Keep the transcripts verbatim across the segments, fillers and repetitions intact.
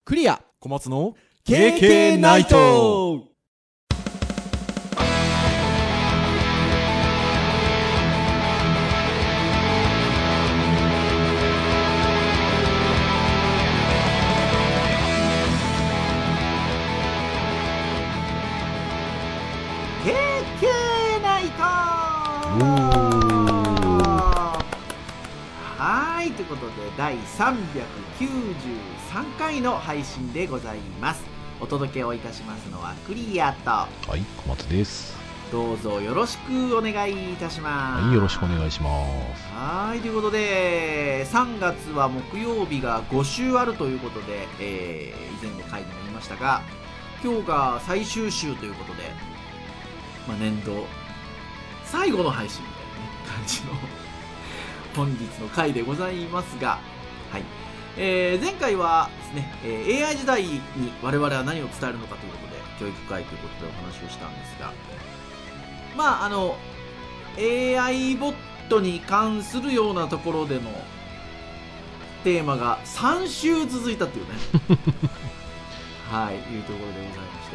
クリア小松のケーケー ナイト。 ケーケー ナイト。はい、ということでだいさんびゃくきゅうじゅうさんかいの配信でございます。お届けをいたしますのはクリアと、 はい、小松です。 どうぞよろしくお願いいたします。 はい、よろしくお願いします。 はい、ということでさんがつは木曜日がごしゅうあるということで、えー、以前の回にも言いましたが、今日が最終週ということで、まあ、年度最後の配信みたいな、ね、感じの本日の回でございますが、はい、えー、前回はですね、えー、エーアイ 時代に我々は何を伝えるのかということで教育会ということでお話をしたんですが、まああの エーアイ ボットに関するようなところでのテーマがさんしゅう続いたというねはい、いうところでございまして、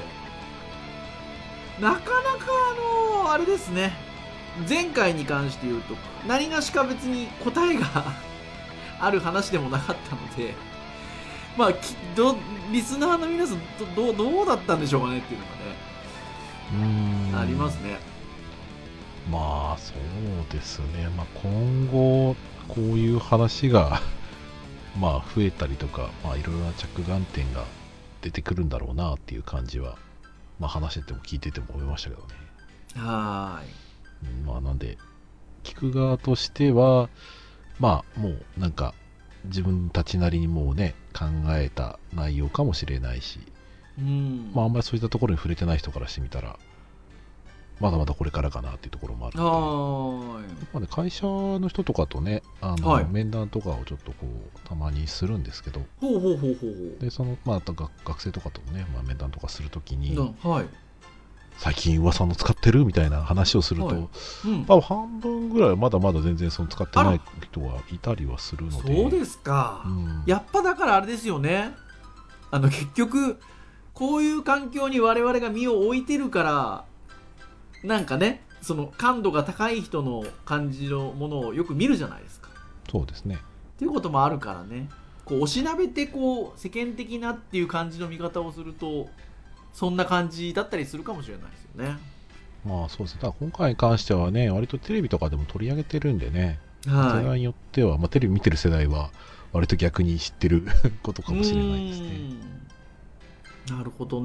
なかなかあのあれですね、前回に関して言うと何がしか別に答えがある話でもなかったので、まあきどリスナーの皆さん ど, ど, どうだったんでしょうかねっていうのがね、 うーん、 ありますね。 まあそうですね、まあ、今後こういう話がまあ増えたりとか、まあ、いろいろな着眼点が出てくるんだろうなっていう感じは、まあ、話してても聞いてても思いましたけどね。 はーい、まあ、なんで聞く側としてはまあもうなんか自分たちなりにもうね考えた内容かもしれないし、 うん、 まああんまりそういったところに触れてない人からしてみたらまだまだこれからかなっていうところもあるので、まあね、会社の人とかとねあの、はい、面談とかをちょっとこうたまにするんですけど、 ほうほうほうほう、 でそのまあ学学生とかともね、まあ、面談とかするときに、 はい、 最近噂の使ってるみたいな話をすると、はい、うん、まあ、半分ぐらいはまだまだ全然その使ってない人がいたりはするので。 そうですか、うん、やっぱだからあれですよね、あの結局こういう環境に我々が身を置いてるからなんかね、その感度が高い人の感じのものをよく見るじゃないですか。 そうですね。 っていうこともあるからね、こうおしなべてこう世間的なっていう感じの見方をするとそんな感じだったりするかもしれないですよね。 まあそうですね。ただ今回に関してはね、割とテレビとかでも取り上げてるんでね、はい、世代によっては、まあ、テレビ見てる世代は割と逆に知ってることかもしれないですね。 なるほどね。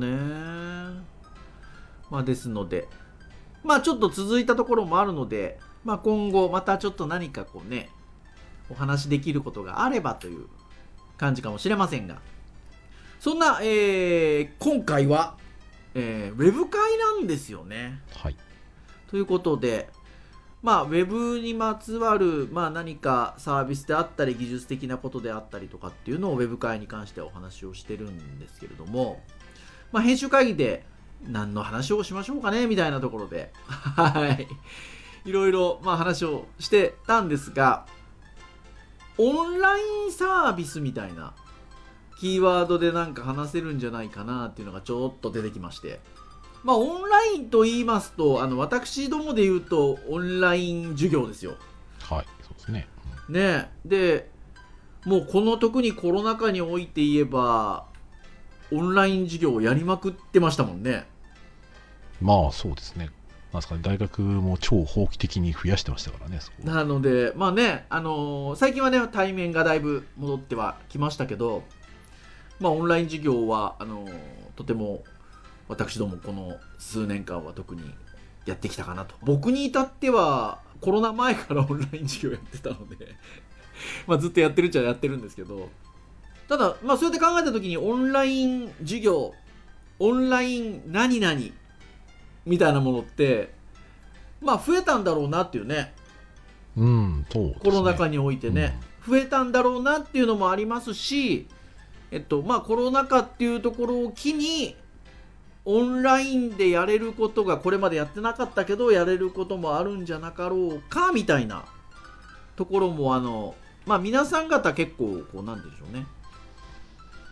まあですので、まあちょっと続いたところもあるので、まあ、今後またちょっと何かこうねお話できることがあればという感じかもしれませんが、そんな、えー、今回は、えー、ウェブ会なんですよね。 はい。 ということで、まあウェブにまつわる、まあ、何かサービスであったり技術的なことであったりとかっていうのをウェブ会に関してはお話をしてるんですけれども、まあ、編集会議で何の話をしましょうかねみたいなところではいいろいろまあ話をしてたんですが、オンラインサービスみたいなキーワードでなんか話せるんじゃないかなっていうのがちょっと出てきまして、まあオンラインと言いますと、あの私どもで言うとオンライン授業ですよ。 はい、そうですね。 ねでもうこの特にコロナ禍において言えばオンライン授業をやりまくってましたもんね。 まあそうですね。なんですかね、大学も超法規的に増やしてましたからね。そこなのでまあね、あのー、最近はね対面がだいぶ戻ってはきましたけど、まあオンライン授業はあのー、とても私どもこの数年間は特にやってきたかなと。僕に至ってはコロナ前からオンライン授業やってたのでまあずっとやってるっちゃやってるんですけど、ただまあそうやって考えた時にオンライン授業、オンライン何々みたいなものってまあ増えたんだろうなっていうね。 うん、そうですね。 コロナ禍においてね、うん、増えたんだろうなっていうのもありますし、えっとまあコロナ禍っていうところを機にオンラインでやれることがこれまでやってなかったけどやれることもあるんじゃなかろうかみたいなところも、あのまあ皆さん方結構こうなんでしょうね、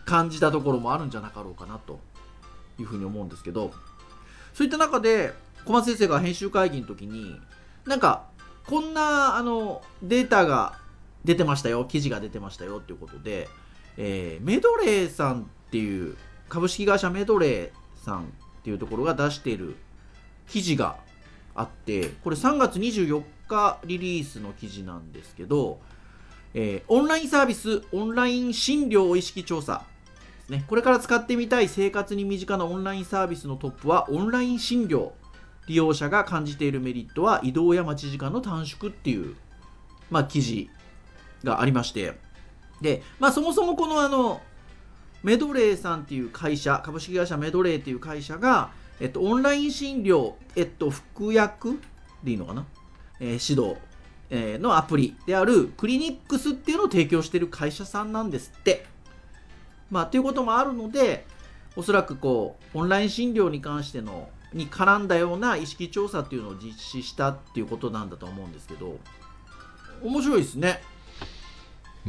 感じたところもあるんじゃなかろうかなというふうに思うんですけど、そういった中で小松先生が編集会議の時になんかこんなあのデータが出てましたよ、記事が出てましたよということで、えー、メドレーさんっていう株式会社メドレーさんっていうところが出している記事があって、これさんがつにじゅうよっかリリースの記事なんですけど、えー、オンラインサービスオンライン診療意識調査ですね。これから使ってみたい生活に身近なオンラインサービスのトップはオンライン診療、利用者が感じているメリットは移動や待ち時間の短縮っていう、まあ、記事がありまして、で、まあ、そもそもこのあのメドレーさんっていう会社、株式会社メドレーっていう会社が、えっと、オンライン診療、えっと、服薬でいいのかな、えー、指導、えー、のアプリであるクリニックスっていうのを提供している会社さんなんですって。まあ、ということもあるので、おそらくこうオンライン診療に関してのに絡んだような意識調査っていうのを実施したっていうことなんだと思うんですけど、面白いですね。 うん、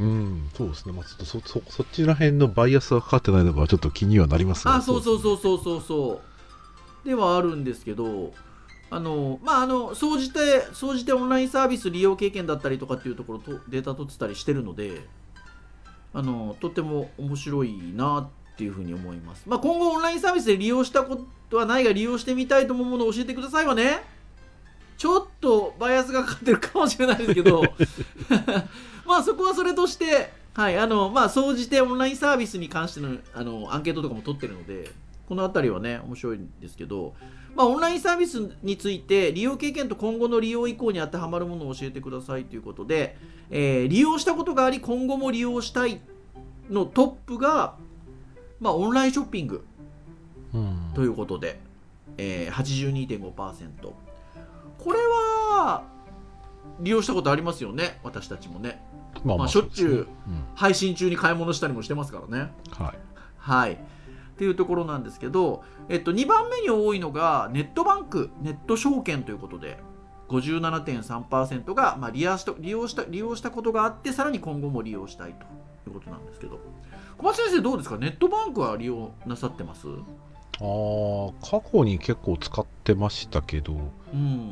そうですね。まあ、ちょっと そ, そ, そっちら辺のバイアスがかかってないのがちょっと気にはなりますが。 あ、そうそうそうそうそうそうではあるんですけど、あのまああの総じて総じてオンラインサービス利用経験だったりとかっていうところとデータ取ってたりしてるので、あのとっても面白いなっていうふうに思います。まあ、今後オンラインサービスで利用したことはないが利用してみたいと思うものを教えてくださいはね、ちょっとバイアスがかかってるかもしれないですけどまあそこはそれとして、はい、あのまあ総じてオンラインサービスに関してのあのアンケートとかも取ってるので、このあたりはね面白いんですけど、まあ、オンラインサービスについて利用経験と今後の利用以降に当てはまるものを教えてくださいということで、えー、利用したことがあり今後も利用したいのトップが、まあ、オンラインショッピングということで、えー、はちじゅうにてんごパーセント。 これは利用したことありますよね、私たちもね。まあまあしょっちゅう、うん、配信中に買い物したりもしてますからね。 はい、 はい、っていうところなんですけど、えっと、にばんめに多いのがネットバンク、ネット証券ということで ごじゅうななてんさんパーセント が、まあ、利用した、利用した、利用したことがあってさらに今後も利用したいということなんですけど、小松先生どうですか、ネットバンクは利用なさってます？ あ過去に結構使ってましたけど、 うん、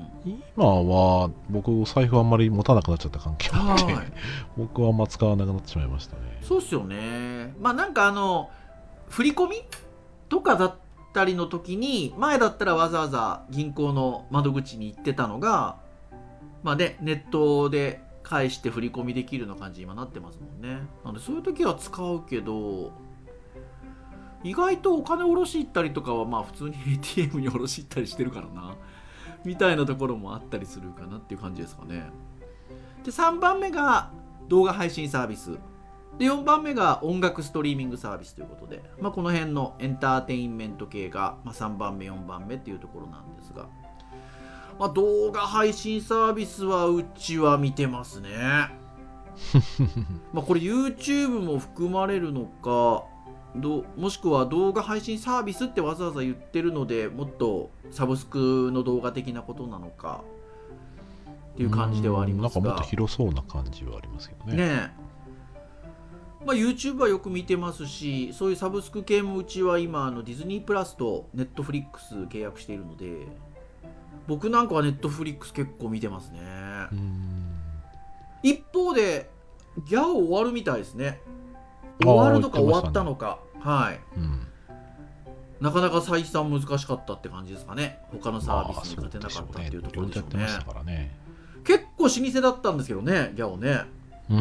今は僕お財布あんまり持たなくなっちゃった関係なので、はい、僕はあんま使わなくなってしまいましたね。 そうっすよね。まあなんかあの振り込みとかだったりの時に前だったらわざわざ銀行の窓口に行ってたのが、まあね、ネットで返して振り込みできるような感じに今なってますもんね。なのでそういう時は使うけど、意外とお金下ろし行ったりとかはまあ普通に エーティーエム に下ろし行ったりしてるからなみたいなところもあったりするかなっていう感じですかね。でさんばんめが動画配信サービスで、よんばんめが音楽ストリーミングサービスということで、まあ、この辺のエンターテインメント系が、まあ、さんばんめよんばんめっていうところなんですが、まあ、動画配信サービスはうちは見てますねまあこれ YouTube も含まれるのか、どもしくは動画配信サービスってわざわざ言ってるのでもっとサブスクの動画的なことなのかっていう感じではありますが、 なんかもっと広そうな感じはありますけどね。 ねえ、まあ、YouTube はよく見てますし、そういうサブスク系もうちは今あのディズニープラスと Netflix 契約しているので、僕なんかは Netflix 結構見てますね。 うーん、 一方でギャオ終わるみたいですね。終わるのか終わったのか、はい、うん、なかなか採算難しかったって感じですかね。他のサービスに勝てなかったっていうところでしょうね。結構老舗だったんですけどね、ギャオね。 うん、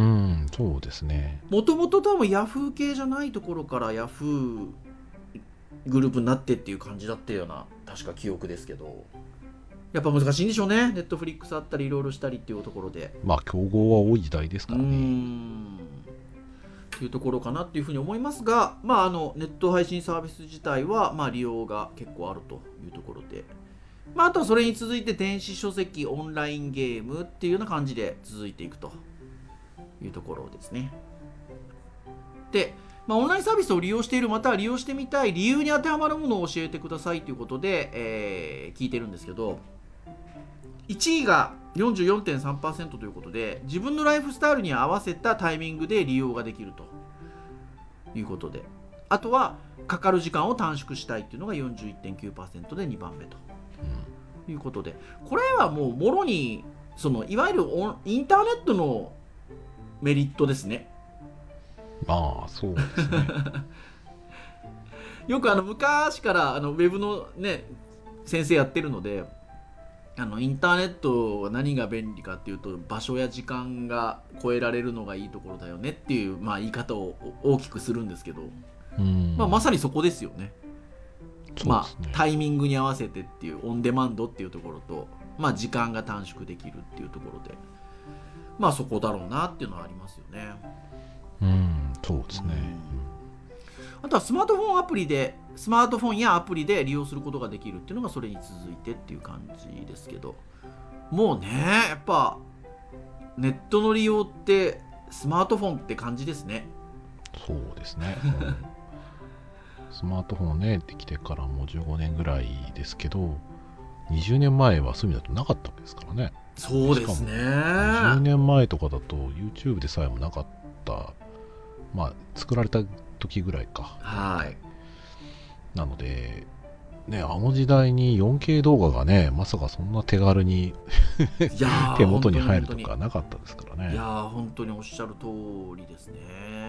そうですね。 もともと多分ヤフー系じゃないところからヤフーグループになってっていう感じだったような確か記憶ですけど、やっぱ難しいんでしょうね。ネットフリックスあったりいろいろしたりっていうところで、 まあ競合は多い時代ですからね。 うーんっていうところかなっていうふうに思いますが、まあ、あのネット配信サービス自体はまあ利用が結構あるというところで、まあ、あとはそれに続いて電子書籍、オンラインゲームっていうような感じで続いていくというところですね。で、まあ、オンラインサービスを利用している、または利用してみたい理由に当てはまるものを教えてくださいということで、えー、聞いてるんですけど、いちいが よんじゅうよんてんさんパーセント ということで、自分のライフスタイルに合わせたタイミングで利用ができるということで、 あとはかかる時間を短縮したいっていうのが よんじゅういってんきゅうパーセント でにばんめということで、これはもうもろにそのいわゆるオンインターネットのメリットですね。 まあそうですねよくあの昔からあのウェブのね先生やってるので、あのインターネットは何が便利かっていうと場所や時間が超えられるのがいいところだよねっていう、まあ、言い方を大きくするんですけど、 うんまあ、まさにそこですよね。 そうですね、 まあ、タイミングに合わせてっていうオンデマンドっていうところと、まあ、時間が短縮できるっていうところで、まあそこだろうなっていうのはありますよね。 うんそうですね、 あとはスマートフォンアプリでスマートフォンやアプリで利用することができるっていうのがそれに続いてっていう感じですけど、もうねやっぱネットの利用ってスマートフォンって感じですね。 そうですね、うん、スマートフォンねできてからもうじゅうごねんぐらいですけど、にじゅうねんまえはそういう意味だとなかったわけですからね。 そうですね。 にじゅうねんまえとかだと YouTube でさえもなかった、まあ作られた時ぐらいか。 はい。 なのでね、あの時代に よんケー 動画がねまさかそんな手軽にいや手元に入るとかなかったですからね。 いやー本当におっしゃる通りですね。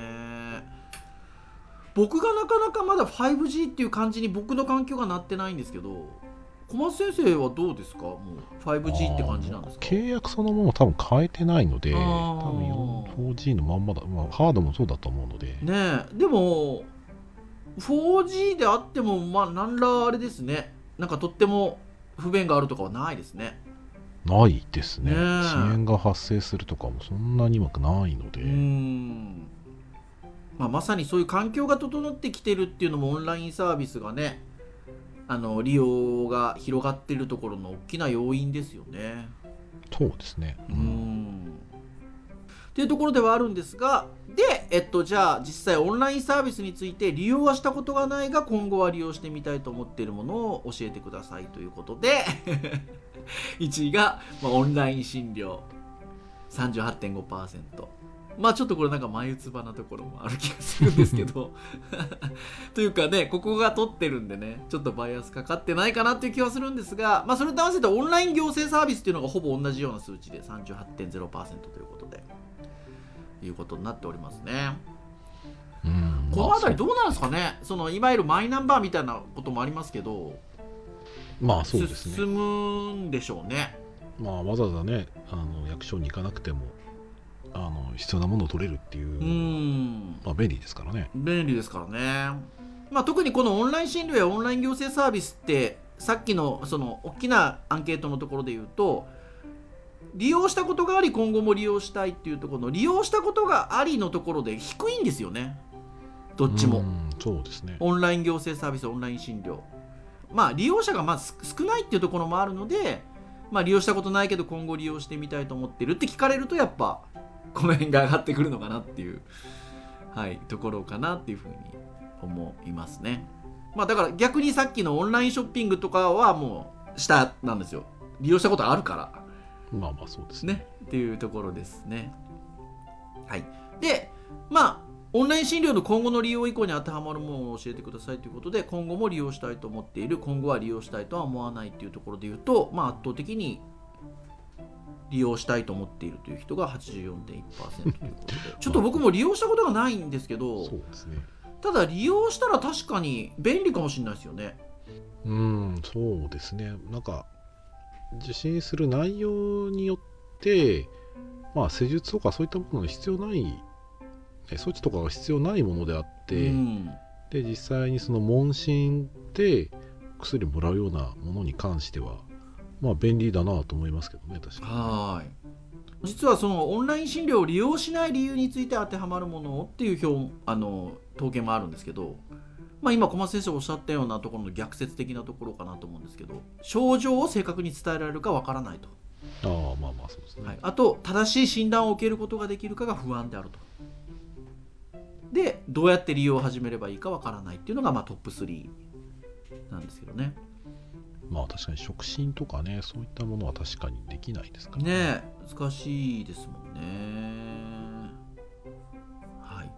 僕がなかなかまだ ファイブジー っていう感じに僕の環境がなってないんですけど、小松先生はどうですか？もう ファイブジー って感じなんですか？ 契約そのもの多分変えてないので、多分 フォージー のまんまだ、まあ、ハードもそうだと思うのでね。えでも フォージー であってもまあ何らあれですね、なんかとっても不便があるとかはないですね。 ないですね。 ね遅延が発生するとかもそんなにうまくないので、 うーん、まあ、まさにそういう環境が整ってきてるっていうのもオンラインサービスがね、あの利用が広がってるところの大きな要因ですよね。 そうですね、 うーんっていうところではあるんですが、で、えっと、じゃあ実際オンラインサービスについて利用はしたことがないが今後は利用してみたいと思っているものを教えてくださいということでいちいが、まあ、オンライン診療 さんじゅうはちてんごパーセント、 まあちょっとこれなんか眉唾なところもある気がするんですけどというかね、ここが取ってるんでね、ちょっとバイアスかかってないかなっていう気はするんですが、まあそれと合わせてオンライン行政サービスっていうのがほぼ同じような数値で さんじゅうはちてんゼロパーセント ということでいうことになっておりますね。 うん、 このあたりどうなんですかね。そのいわゆるマイナンバーみたいなこともありますけど、 まあそうですね、 進むんでしょうね。 まあわざわざねあの役所に行かなくてもあの必要なものを取れるっていう、 うーん、 まあ、便利ですからね。 便利ですからね。まあ、特にこのオンライン診療やオンライン行政サービスってさっきのその大きなアンケートのところで言うと、利用したことがあり今後も利用したいっていうところの利用したことがありのところで低いんですよね、どっちも。 うんそうですね。 オンライン行政サービス、オンライン診療、まあ利用者がまず少ないっていうところもあるので、まあ、利用したことないけど今後利用してみたいと思ってるって聞かれるとやっぱこの辺が上がってくるのかなっていう、はい、ところかなっていうふうに思いますね。まあだから逆にさっきのオンラインショッピングとかはもう下なんですよ、利用したことあるからまあまあそうですね。 ねっていうところですね。はい。で、まあオンライン診療の今後の利用以降に当てはまるものを教えてくださいということで、今後も利用したいと思っている、今後は利用したいとは思わないっていうところで言うと、まあ圧倒的に利用したいと思っているという人が はちじゅうよんてんいちパーセント ということでちょっと僕も利用したことがないんですけど、 そうですね。 ただ利用したら確かに便利かもしれないですよね。 うんそうですね。なんか受診する内容によってまあ施術とかそういったものが必要ない措置とかが必要ないものであって、うん、で実際にその問診で薬もらうようなものに関してはまあ便利だなと思いますけどね。確かに。 はい。実はそのオンライン診療を利用しない理由について当てはまるものっていう表あの統計もあるんですけど、まあ、今小松先生おっしゃったようなところの逆説的なところかなと思うんですけど、症状を正確に伝えられるかわからないと。 ああまあまあそうですね、 はい、あと正しい診断を受けることができるかが不安であると。でどうやって利用を始めればいいかわからないっていうのがまあトップスリーなんですけどね。 まあ確かに触診とかねそういったものは確かにできないですからね。 ね難しいですもんね。はい。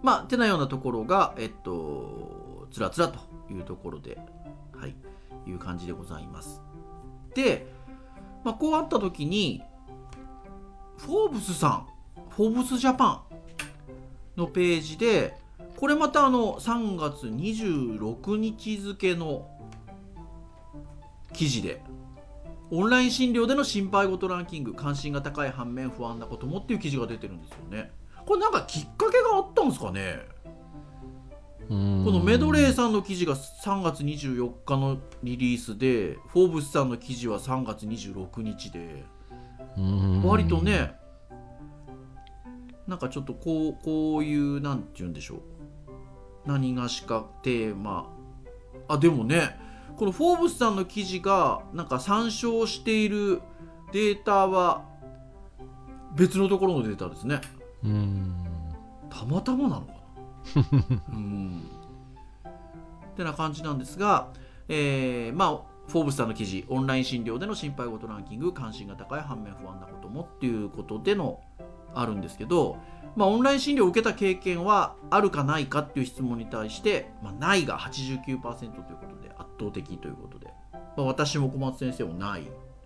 まあてなようなところがえっとつらつらというところで、はい、いう感じでございます。で、まあ、こうあった時にフォーブスさん、フォーブスジャパンのページで、これまたあのさんがつにじゅうろくにち付の記事で、オンライン診療での心配事ランキング、関心が高い反面不安なこともっていう記事が出てるんですよね。これなんかきっかけがあったんですかね。このメドレーさんの記事がさんがつにじゅうよっかのリリースで、フォーブスさんの記事はさんがつにじゅうろくにちで、割とね、なんかちょっとこう、こういうなんて言うんでしょう、何がしかテーマ、あでもね、このフォーブスさんの記事がなんか参照しているデータは別のところのデータですね。うーん、たまたまなのかなうんってな感じなんですが、えー、まあフォーブスさんの記事、オンライン診療での心配事ランキング、関心が高い反面不安なこともっていうことでのあるんですけど、まあ、オンライン診療を受けた経験はあるかないかっていう質問に対して、まあ、ないが はちじゅうきゅうパーセント ということで圧倒的ということで、まあ、私も小松先生もない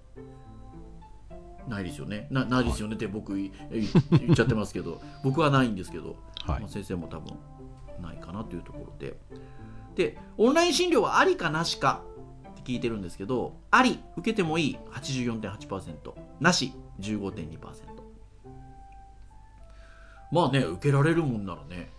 ないですよね な, ないですよねって僕言っちゃってますけど僕はないんですけど、はい、まあ、先生も多分ないかなというところで、でオンライン診療はありかなしかって聞いてるんですけど、あり、受けてもいい はちじゅうよんてんはちパーセント、 なし じゅうごてんにパーセント。 まあね、受けられるもんならね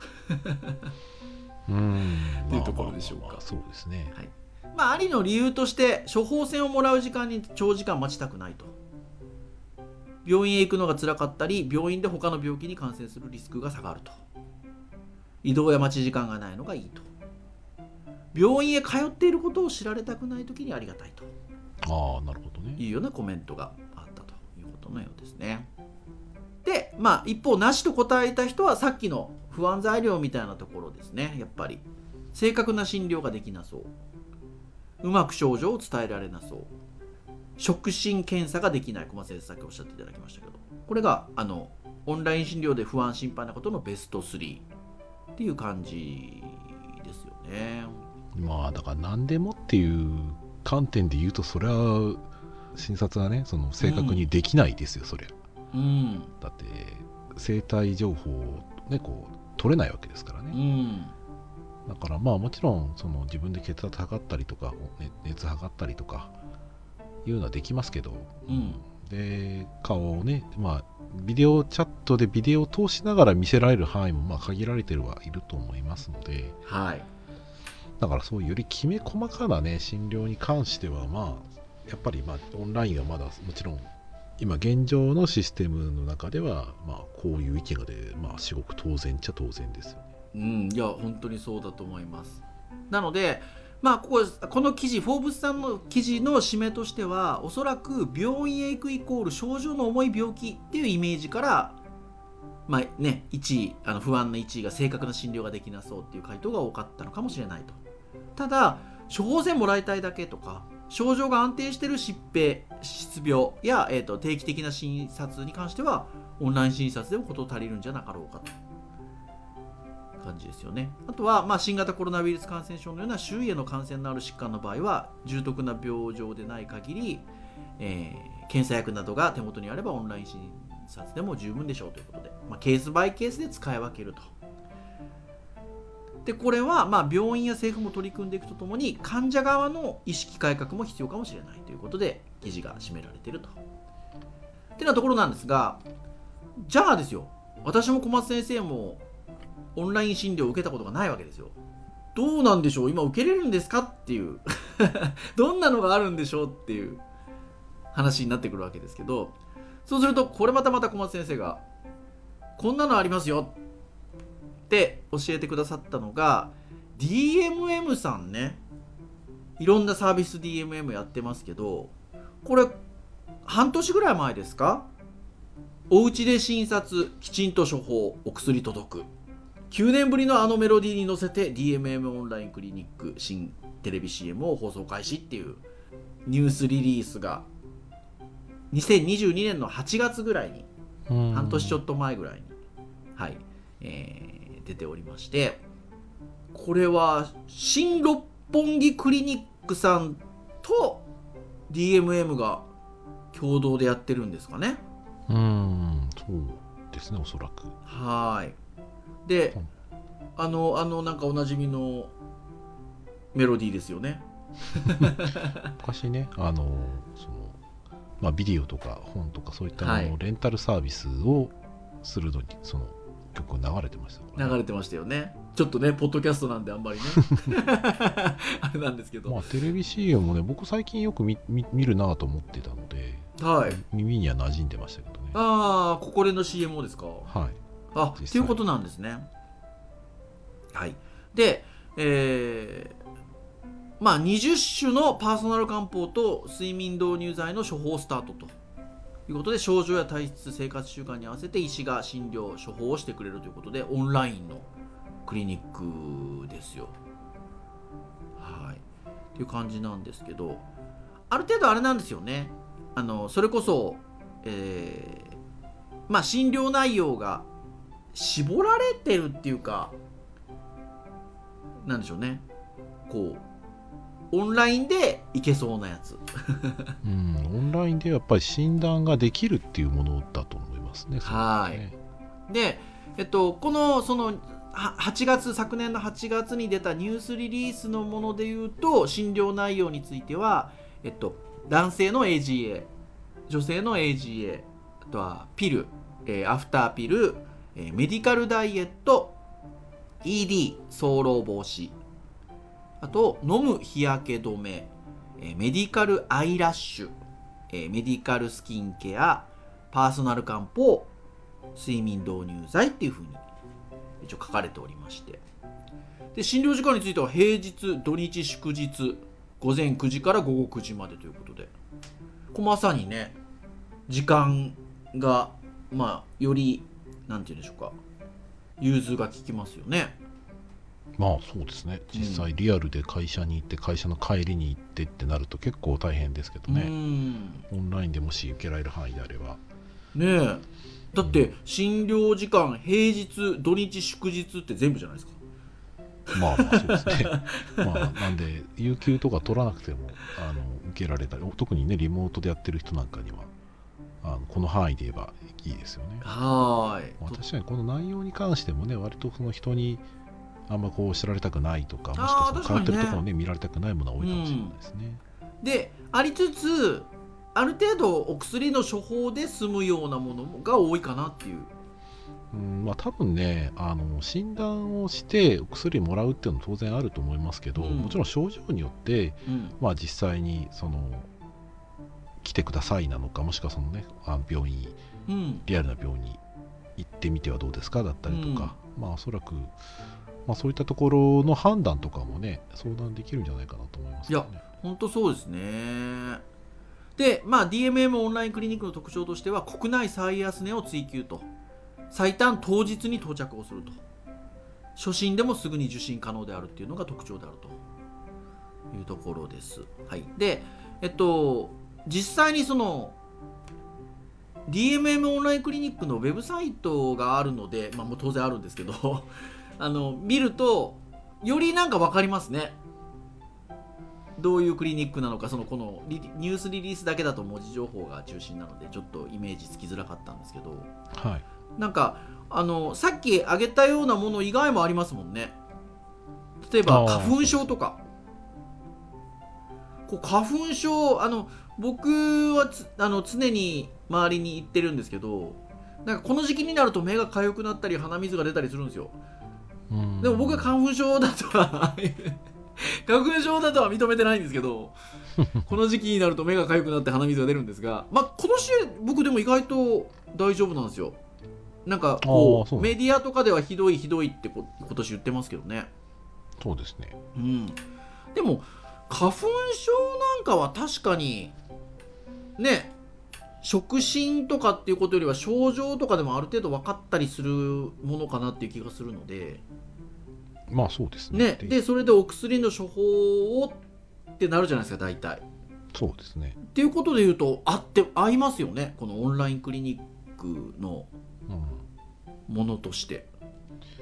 うーんっていうところでしょうか。まあまあまあ、 そうですね、 はい。まあ、ありの理由として処方箋をもらう時間に長時間待ちたくないと、病院へ行くのが辛かったり、病院で他の病気に感染するリスクが下がると、移動や待ち時間がないのがいいと、病院へ通っていることを知られたくないときにありがたいと、 ああ、なるほどね、 いうようなコメントがあったということのようですね。で、まあ一方なしと答えた人はさっきの不安材料みたいなところですね。やっぱり正確な診療ができなそう、うまく症状を伝えられなそう、触診検査ができない、小松先生さっきおっしゃっていただきましたけど、これがあのオンライン診療で不安心配なことのベストスリーっていう感じですよね。 まあだから何でもっていう観点で言うと、それは診察はね、その正確にできないですよ、うん、そりゃ、うん、だって生体情報を、ね、こう取れないわけですからね、うん、だからまあもちろんその自分で血圧測ったりとか、ね、熱測ったりとかいうのはできますけど、うん、で顔をね、まあビデオチャットでビデオを通しながら見せられる範囲もまあ限られてるはいると思いますので、はい、だからそういうよりきめ細かなね診療に関しては、まあやっぱりまあオンラインはまだもちろん今現状のシステムの中ではまあこういう意見が出、まあ至極当然っちゃ当然ですよね。 うん、いや本当にそうだと思います。なのでまあここ、この記事、フォーブスさんの記事の締めとしては、おそらく病院へ行くイコール症状の重い病気っていうイメージから、まあね、いちい、あの不安のいちいが正確な診療ができなそうっていう回答が多かったのかもしれないと。ただ処方箋もらいたいだけとか、症状が安定している疾病、失病や、えーと、定期的な診察に関してはオンライン診察でも事足りるんじゃなかろうかと感じですよね。あとは、まあ、新型コロナウイルス感染症のような周囲への感染のある疾患の場合は、重篤な病状でない限り、えー、検査薬などが手元にあればオンライン診察でも十分でしょうということで、まあ、ケースバイケースで使い分けると。でこれは、まあ、病院や政府も取り組んでいくとともに、患者側の意識改革も必要かもしれないということで記事が締められていると。ってなところなんですが、じゃあですよ、私も小松先生もオンライン診療を受けたことがないわけですよ。どうなんでしょう、今受けれるんですかっていうどんなのがあるんでしょうっていう話になってくるわけですけど、そうするとこれまたまた小松先生がこんなのありますよって教えてくださったのが ディーエムエム さんね。いろんなサービス ディーエムエム やってますけど、これ半年ぐらい前ですか、お家で診察、きちんと処方、お薬届く、きゅうねんぶりのあのメロディーに乗せて ディーエムエム オンラインクリニック新テレビ シーエム を放送開始っていうニュースリリースがにせんにじゅうにねんのはちがつぐらいに、半年ちょっと前ぐらいに、はい、えー、 出ておりまして、これは新六本木クリニックさんと ディーエムエム が共同でやってるんですかね。 うーん、そうですね、おそらく。 はい。で、あのあのなんかおなじみのメロディーですよね。 昔ね、あのその、まあ、ビデオとか本とかそういったものはいをレンタルサービスをするのにその曲流れてましたからね。 流れてましたよね。ちょっとねポッドキャストなんであんまりねあれなんですけど、 まあ、テレビ シーエム もね、僕最近よく 見, 見, 見るなと思ってたので、 はい。 耳には馴染んでましたけどね。 ああ、ここでの シーエム もですか。 はい。 あ、っていうことなんですね。はい。で、えー、まあにじゅっ種のパーソナル漢方と睡眠導入剤の処方スタートということで、症状や体質生活習慣に合わせて医師が診療処方をしてくれるということで、オンラインのクリニックですよ。はい。っていう感じなんですけど、ある程度あれなんですよね。あのそれこそ、えー、まあ診療内容が絞られてるっていうか、なんでしょうね、こうオンラインでいけそうなやつうん、オンラインでやっぱり診断ができるっていうものだと思いますね。 はい、 ね。 で、えっと、このそのはちがつ、昨年のはちがつに出たニュースリリースのものでいうと、診療内容については、えっと、男性の エージーエー、 女性の エージーエー、 あとはピル、えー、アフターピル、えー、メディカルダイエット、 イーディー 早漏防止、あと飲む日焼け止め、えー、メディカルアイラッシュ、えー、メディカルスキンケア、パーソナル漢方、睡眠導入剤っていう風に一応書かれておりまして、で診療時間については平日、土日、祝日、午前くじから午後くじまでということで、こまさにね時間がまあよりなんて言うんでしょうか、融通が利きますよね。 まあそうですね、実際リアルで会社に行って、会社の帰りに行ってってなると結構大変ですけどね。オンラインでもし受けられる範囲であればねえ、だって診療時間平日、土日、祝日って全部じゃないですか。 まあまあそうですねまあなんで有給とか取らなくてもあの受けられたり、特にねリモートでやってる人なんかにはあのこの範囲で言えばいいですよね。 はい、 まあ、確かにこの内容に関してもね、割とその人にあんまこう知られたくないとか、もしくはその通ってるところをね見られたくないものは多いかもしれないですね。 うん、でありつつ、ある程度お薬の処方で済むようなものが多いかなっていう。 うんまあ、多分ね、あの診断をしてお薬もらうっていうのも当然あると思いますけど、うん、もちろん症状によって、うんまあ、実際にその来てくださいなのか、もしくはその、ね、あの病院、うん、リアルな病院に行ってみてはどうですかだったりとか、うん、まあおそらく、まあ、そういったところの判断とかもね相談できるんじゃないかなと思いますけどね。 いや本当そうですね。で、まあ、ディーエムエム オンラインクリニックの特徴としては、国内最安値を追求と、最短当日に到着をすると、初診でもすぐに受診可能であるっていうのが特徴であるというところです。はい、で、えっと実際にその ディーエムエム オンラインクリニックのウェブサイトがあるので、まあ、もう当然あるんですけどあの見るとよりなんか分かりますね。どういうクリニックなのか、そのこのニュースリリースだけだと文字情報が中心なのでちょっとイメージつきづらかったんですけど、 はい、 なんかあのさっき挙げたようなもの以外もありますもんね。例えば花粉症とか、こう花粉症、あの僕はつあの常に周りに言ってるんですけど、なんかこの時期になると目が痒くなったり鼻水が出たりするんですよ。でも僕は花粉症だとは花粉症だとは認めてないんですけどこの時期になると目が痒くなって鼻水が出るんですが、まあ、今年僕でも意外と大丈夫なんですよ。なんかこうメディアとかではひどいひどいってこ今年言ってますけどね。 そうですね、 うん、でも花粉症なんかは確かにね、触診とかっていうことよりは症状とかでもある程度分かったりするものかなっていう気がするので、 まあそうですね。 ね、でそれでお薬の処方をってなるじゃないですか大体。 そうですね。 っていうことで言うと合って合いますよね、このオンラインクリニックのものとして。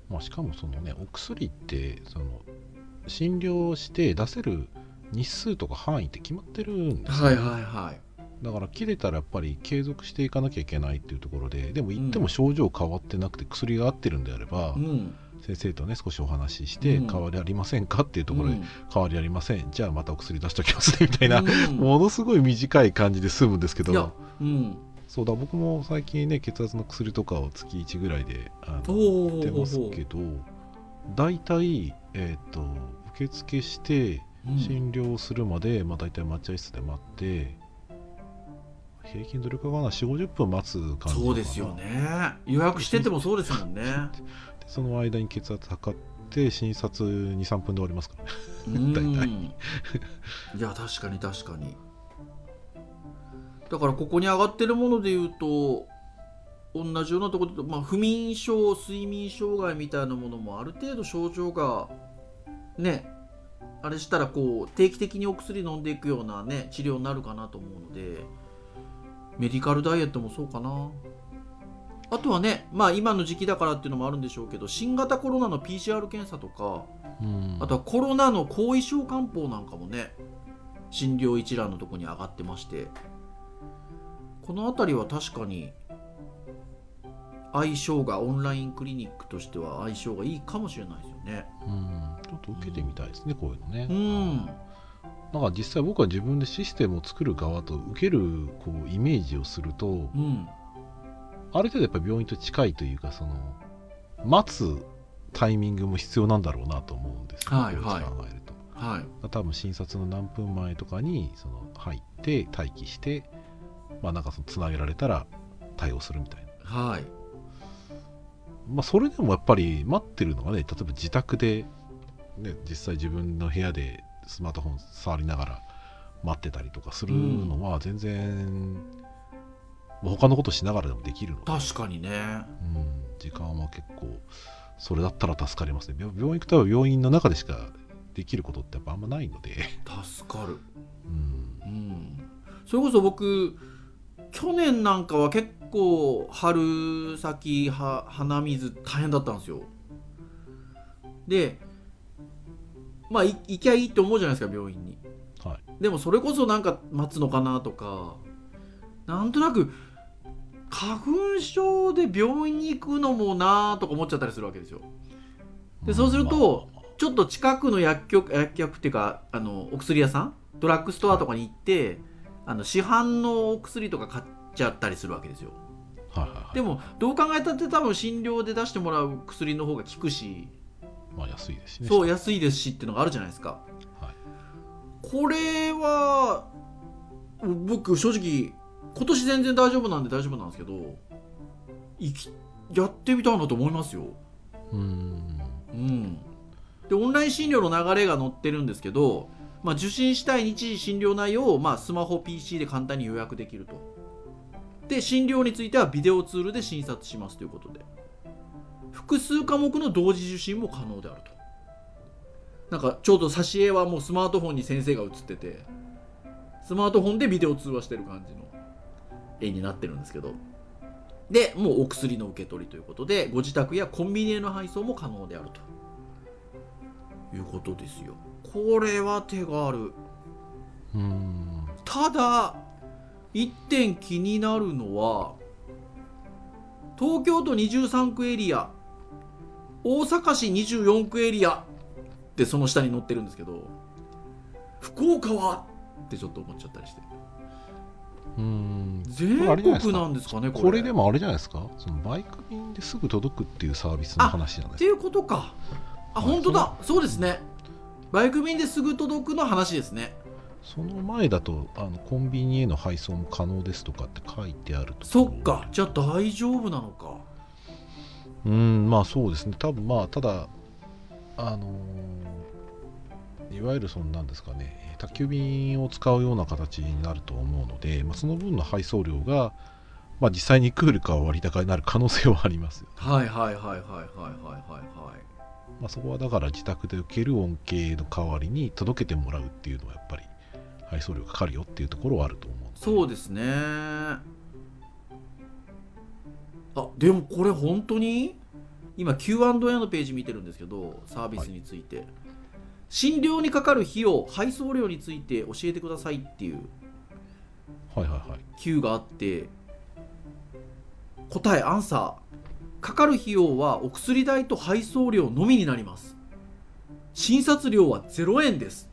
まあ、しかもそのね、お薬ってその診療して出せる日数とか範囲って決まってるんですよ、 はいはいはい。 だから切れたらやっぱり継続していかなきゃいけないっていうところで、でも言っても症状変わってなくて薬が合ってるんであれば、 うん、 先生とね少しお話ししてうん変わりありませんかっていうところで、 うん変わりありません、じゃあまたお薬出しておきますねみたいな、 うんものすごい短い感じで済むんですけいやど、 うんそうだ、僕も最近ね血圧の薬とかを月いちぐらいであのおー打ってますけど、だいたいえっ、と受付してうん診療するまで、まあ、大体待合室で待って平均どれかかな、よんじゅうごじゅっぷん待つ感じかな。 そうですよね、予約しててもそうですもんね。 でその間に血圧測って診察 にさんぷんで終わりますからねうん大体いや確かに確かに。だからここに上がってるものでいうと同じようなところで、まあ、不眠症睡眠障害みたいなものもある程度症状がねあれしたらこう定期的にお薬飲んでいくようなね治療になるかなと思うので、メディカルダイエットもそうかな。あとはね、まあ今の時期だからっていうのもあるんでしょうけど、新型コロナの ピーシーアール 検査とか、 うんあとはコロナの後遺症漢方なんかもね診療一覧のところに上がってまして、この辺りは確かに相性がオンラインクリニックとしては相性がいいかもしれないですよね。 うんちょっと受けてみたいですね、こういうのね。 うんなんか実際僕は自分でシステムを作る側と受けるこうイメージをすると、 うんある程度やっぱり病院と近いというか、その待つタイミングも必要なんだろうなと思うんですよ、 はいはいこういう時間考えると。 はい多分診察の何分前とかにその入って待機して、まあなんかそのつなげられたら対応するみたいな。 はいまあそれでもやっぱり待ってるのがね、例えば自宅で、ね、実際自分の部屋でスマートフォン触りながら待ってたりとかするのは全然、他のことしながらでもできるので、 確かにね。 うん、時間は結構それだったら助かりますね。病病院行くと病院の中でしかできることってやっぱあんまないので、 助かる。 うんうん、それこそ僕去年なんかは結構春先は鼻水大変だったんですよ。でまあい行きゃいいって思うじゃないですか病院に。 はい、 でもそれこそなんか待つのかなとか、なんとなく花粉症で病院に行くのもなとか思っちゃったりするわけですよ。でそうすると、 まあちょっと近くの薬局薬局っていうかあのお薬屋さんドラッグストアとかに行って、あの市販のお薬とか買っちゃったりするわけですよ。 はいはいはい、 でもどう考えたって多分診療で出してもらう薬の方が効くし、 まあ安いですしね。 そう安いですしっていうのがあるじゃないですか。 はい、 これは僕正直今年全然大丈夫なんで大丈夫なんですけど、いきやってみたいなと思いますよ。 うーんうんでオンライン診療の流れが載ってるんですけど、まあ、受診したい日時診療内容を、まあ、スマホ ピーシー で簡単に予約できると。で診療についてはビデオツールで診察しますということで、複数科目の同時受診も可能であると。なんかちょうど挿絵はもうスマートフォンに先生が写ってて、スマートフォンでビデオ通話してる感じの絵になってるんですけど、でもうお薬の受け取りということで、ご自宅やコンビニへの配送も可能であるということですよ。これは手がある。 うーんただ一点気になるのは、東京都にじゅうさん区エリア、大阪市にじゅうよん区エリアってその下に載ってるんですけど、福岡はってちょっと思っちゃったりして、 うーん全これあれじゃないですか国なんですかねこれ。 これでもあれじゃないですか、そのバイク便ですぐ届くっていうサービスの話じゃないですか。 っていうことか。あ、 はい本当だ、そうですね。バイク便ですぐ届くの話ですね。 その前だとあのコンビニへの配送も可能ですとかって書いてあるところ。 そっか、じゃあ大丈夫なのか。 うーんまあそうですね、多分まあただあのーいわゆるそのなんですかね、宅急便を使うような形になると思うので、まあ、その分の配送料が、まあ、実際に来るかは割高になる可能性はありますよ、ね。 はいはいはいはいはいはいはいはい。 まあ、そこはだから自宅で受ける恩恵の代わりに届けてもらうっていうのはやっぱり配送料かかるよっていうところはあると思う。 そうですね。あ、でもこれ本当に今 キューアンドエー のページ見てるんですけど、サービスについて、はい、診療にかかる費用、配送料について教えてくださいっていう Q があって、答えアンサー、かかる費用はお薬代と配送料のみになります。診察料はゼロえんです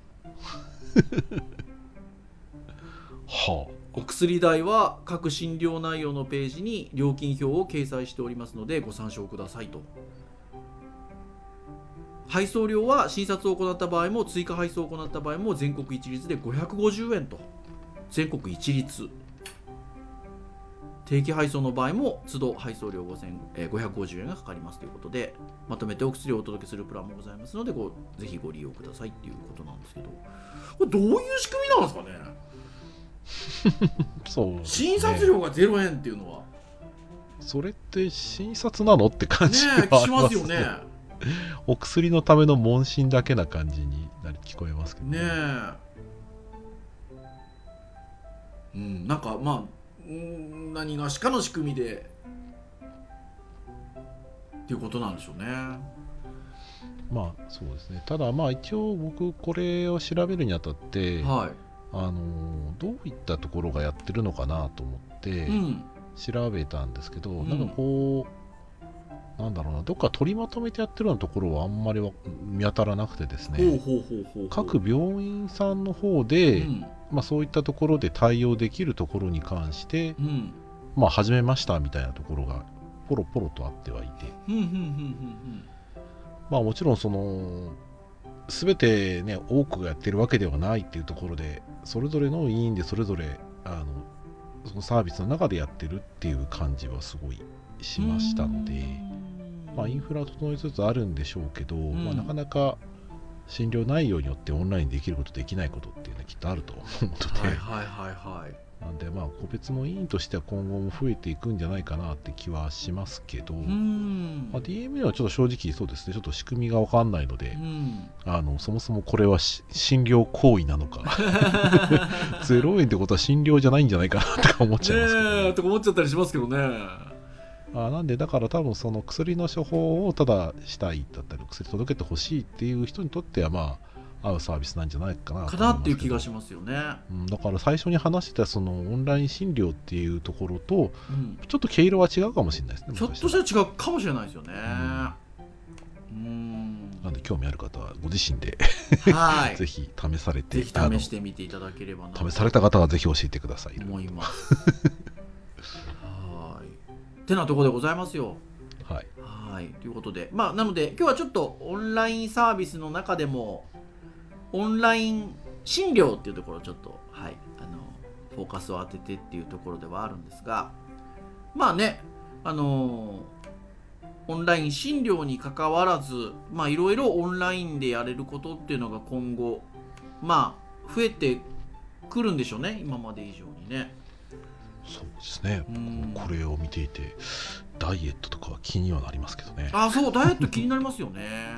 はあ、お薬代は各診療内容のページに料金表を掲載しておりますのでご参照くださいと。配送料は診察を行った場合も追加配送を行った場合も全国一律でごひゃくごじゅうえんと、全国一律。定期配送の場合も都度配送料ごひゃくごじゅうえんがかかりますということで、まとめてお薬をお届けするプランもございますので、ごぜひご利用くださいっていうことなんですけど、これどういう仕組みなんですかねそうね、 診察料がゼロえんっていうのはそれって診察なのって感じがねえしますよねお薬のための問診だけな感じになり聞こえますけどね。ねえ、うん、なんかまあん何がしかの仕組みでっていうことなんでしょうね。 まあそうですね。ただまあ一応僕これを調べるにあたって、はい、あのどういったところがやってるのかなと思って調べたんですけど、うん、なんかこうなんだろうな、どっか取りまとめてやってるようなところはあんまり見当たらなくてですね、各病院さんの方で、うん、まあ、そういったところで対応できるところに関して、うん、まあ始めましたみたいなところがポロポロとあってはいて、まあもちろんその全てね多くがやってるわけではないっていうところで、それぞれの医院でそれぞれあのそのサービスの中でやってるっていう感じはすごいしましたので、まあ、インフラ整いつつあるんでしょうけど、まあ、なかなか診療内容によってオンラインできることできないことっていうのはきっとあると思うので、はいはいはいはい、なんでまあ個別の医院としては今後も増えていくんじゃないかなって気はしますけど、まあ、ディーエムエー はちょっと正直そうですね、ちょっと仕組みが分かんないので、あのそもそもこれは診療行為なのかゼロえんってことは診療じゃないんじゃないかなとか思っちゃいますけど、ね、 ねえとか思っちゃったりしますけどね。 あなんでだから多分その薬の処方をただしたいだったり薬届けてほしいっていう人にとってはまあ合うサービスなんじゃないかなかなっていう気がしますよね、 うん、だから最初に話してたそのオンライン診療っていうところと、うん、ちょっと毛色は違うかもしれないですね。 ひょっとしたら違うかもしれないですよね。うん、 うんなんで興味ある方はご自身ではいぜひ試されて、 ぜひ試してみていただければな。 試された方はぜひ教えてください。 思いますってなところでございますよ。 はい。 はいということで、まあなので今日はちょっとオンラインサービスの中でもオンライン診療っていうところをちょっとはいあのフォーカスを当ててっていうところではあるんですが、まあねあのオンライン診療に関わらず、まあいろいろオンラインでやれることっていうのが今後まあ増えてくるんでしょうね、今まで以上にね。 そうですね、これを見ていてダイエットとかは気にはなりますけどね。 あそうダイエット気になりますよね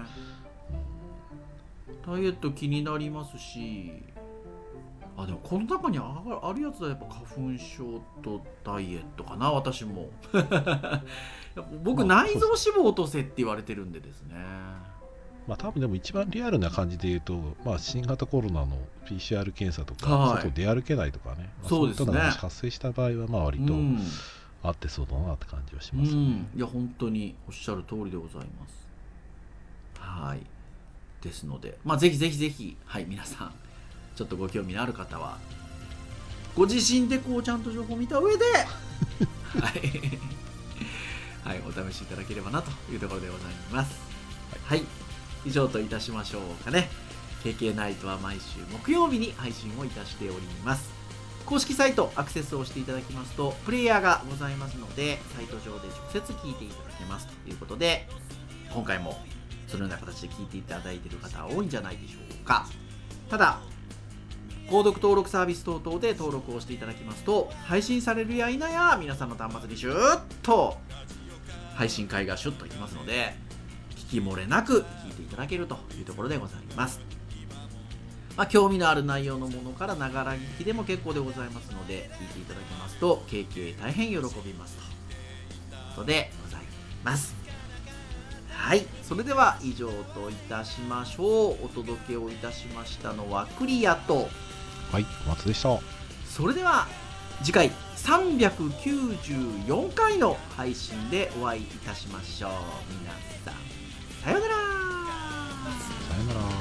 ダイエット気になりますし、あでもこの中にある、あるやつはやっぱ花粉症とダイエットかな。私も僕、まあ、内臓脂肪を落とせって言われてるんでですね、 まあ多分でも一番リアルな感じで言うと、まあ、新型コロナの ピーシーアール 検査とか、はい、外出歩けないとかね、まあ、そうですね、そういったのが発生した場合はまあ割とあってそうだなって感じはしますね、うん、いや本当におっしゃる通りでございます。はいですので、まあ、ぜひぜひぜひ、はい、皆さんちょっとご興味のある方はご自身でこうちゃんと情報を見た上ではい、はい、お試しいただければなというところでございます。はい、はい、以上といたしましょうかね。 ケーケー ナイトは毎週木曜日に配信をいたしております。公式サイトアクセスをしていただきますとプレイヤーがございますので、サイト上で直接聞いていただけますということで、今回もそのような形で聞いていただいている方は多いんじゃないでしょうか。ただ購読登録サービス等々で登録をしていただきますと、配信されるや否や皆さんの端末にシューッと配信会がシュッといきますので、聞き漏れなく聞いていただけるというところでございます。まあ、興味のある内容のものからながら聞きでも結構でございますので、聞いていただけますと ケーケー 大変喜びますということでございます。 はい、それでは以上といたしましょう。お届けをいたしましたのはクリアと、 はい、小松でした。 それでは次回さんびゃくきゅうじゅうよんかいの配信でお会いいたしましょう。皆さんさようなら。 さよなら。